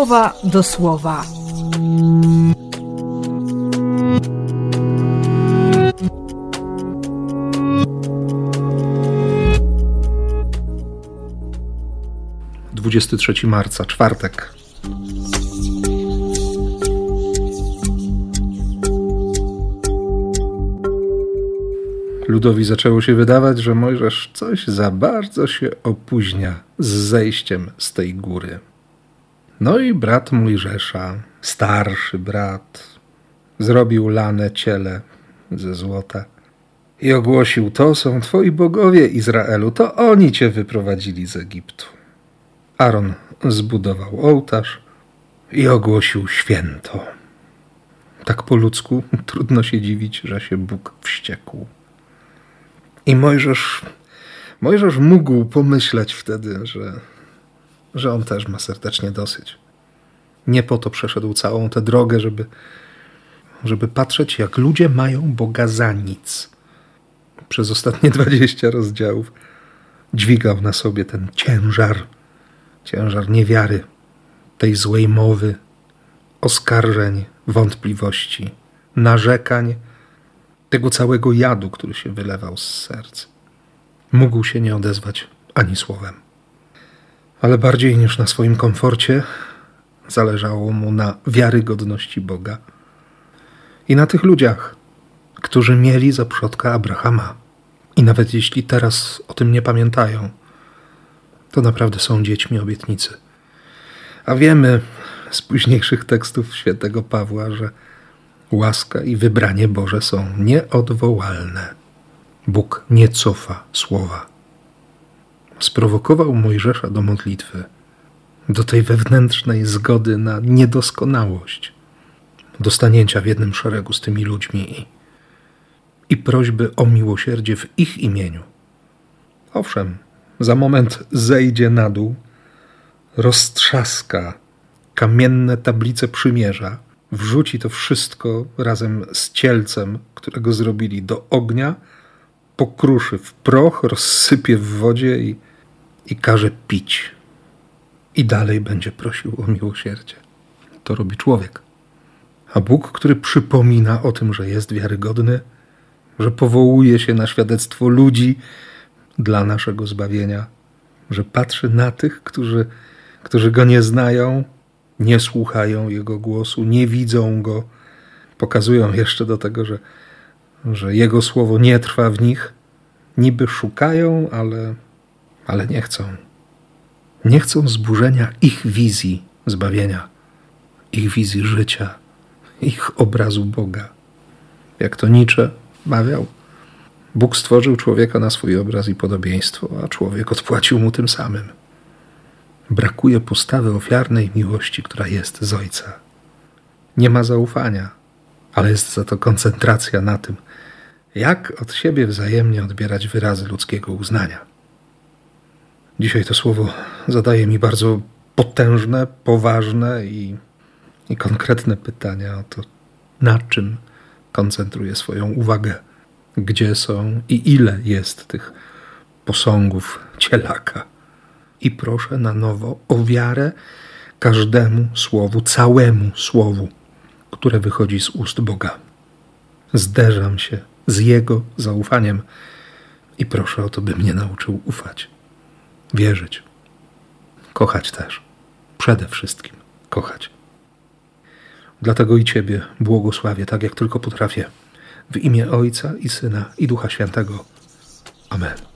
słowa do słowa. Dwudziesty marca, czwartek. Ludowi zaczęło się wydawać, że Mojżesz coś za bardzo się opóźnia z zejściem z tej góry. No i brat Mojżesza, starszy brat, zrobił lane ciele ze złota i ogłosił: to są twoi bogowie, Izraelu, to oni cię wyprowadzili z Egiptu. Aaron zbudował ołtarz i ogłosił święto. Tak po ludzku trudno się dziwić, że się Bóg wściekł. I Mojżesz mógł pomyśleć wtedy, że on też ma serdecznie dosyć. Nie po to przeszedł całą tę drogę, żeby patrzeć, jak ludzie mają Boga za nic. Przez ostatnie 20 rozdziałów dźwigał na sobie ten ciężar niewiary, tej złej mowy, oskarżeń, wątpliwości, narzekań, tego całego jadu, który się wylewał z serc. Mógł się nie odezwać ani słowem. Ale bardziej niż na swoim komforcie zależało mu na wiarygodności Boga i na tych ludziach, którzy mieli za przodka Abrahama. I nawet jeśli teraz o tym nie pamiętają, to naprawdę są dziećmi obietnicy. A wiemy z późniejszych tekstów świętego Pawła, że łaska i wybranie Boże są nieodwołalne. Bóg nie cofa słowa. Sprowokował Mojżesza do modlitwy, do tej wewnętrznej zgody na niedoskonałość, do stanięcia w jednym szeregu z tymi ludźmi i prośby o miłosierdzie w ich imieniu. Owszem, za moment zejdzie na dół, roztrzaska kamienne tablice przymierza, wrzuci to wszystko razem z cielcem, którego zrobili, do ognia, pokruszy w proch, rozsypie w wodzie i każe pić. I dalej będzie prosił o miłosierdzie. To robi człowiek. A Bóg, który przypomina o tym, że jest wiarygodny, że powołuje się na świadectwo ludzi dla naszego zbawienia, że patrzy na tych, którzy Go nie znają, nie słuchają Jego głosu, nie widzą Go, pokazują jeszcze do tego, że Jego słowo nie trwa w nich, niby szukają, ale nie chcą. Nie chcą zburzenia ich wizji zbawienia, ich wizji życia, ich obrazu Boga. Jak to Nietzsche mawiał, Bóg stworzył człowieka na swój obraz i podobieństwo, a człowiek odpłacił mu tym samym. Brakuje postawy ofiarnej miłości, która jest z Ojca. Nie ma zaufania, ale jest za to koncentracja na tym, jak od siebie wzajemnie odbierać wyrazy ludzkiego uznania. Dzisiaj to słowo zadaje mi bardzo potężne, poważne i konkretne pytania o to, na czym koncentruję swoją uwagę, gdzie są i ile jest tych posągów cielaka. I proszę na nowo o wiarę każdemu słowu, całemu słowu, które wychodzi z ust Boga. Zderzam się z Jego zaufaniem i proszę o to, by mnie nauczył ufać, wierzyć, kochać też, przede wszystkim kochać. Dlatego i Ciebie błogosławię, tak jak tylko potrafię, w imię Ojca i Syna i Ducha Świętego. Amen.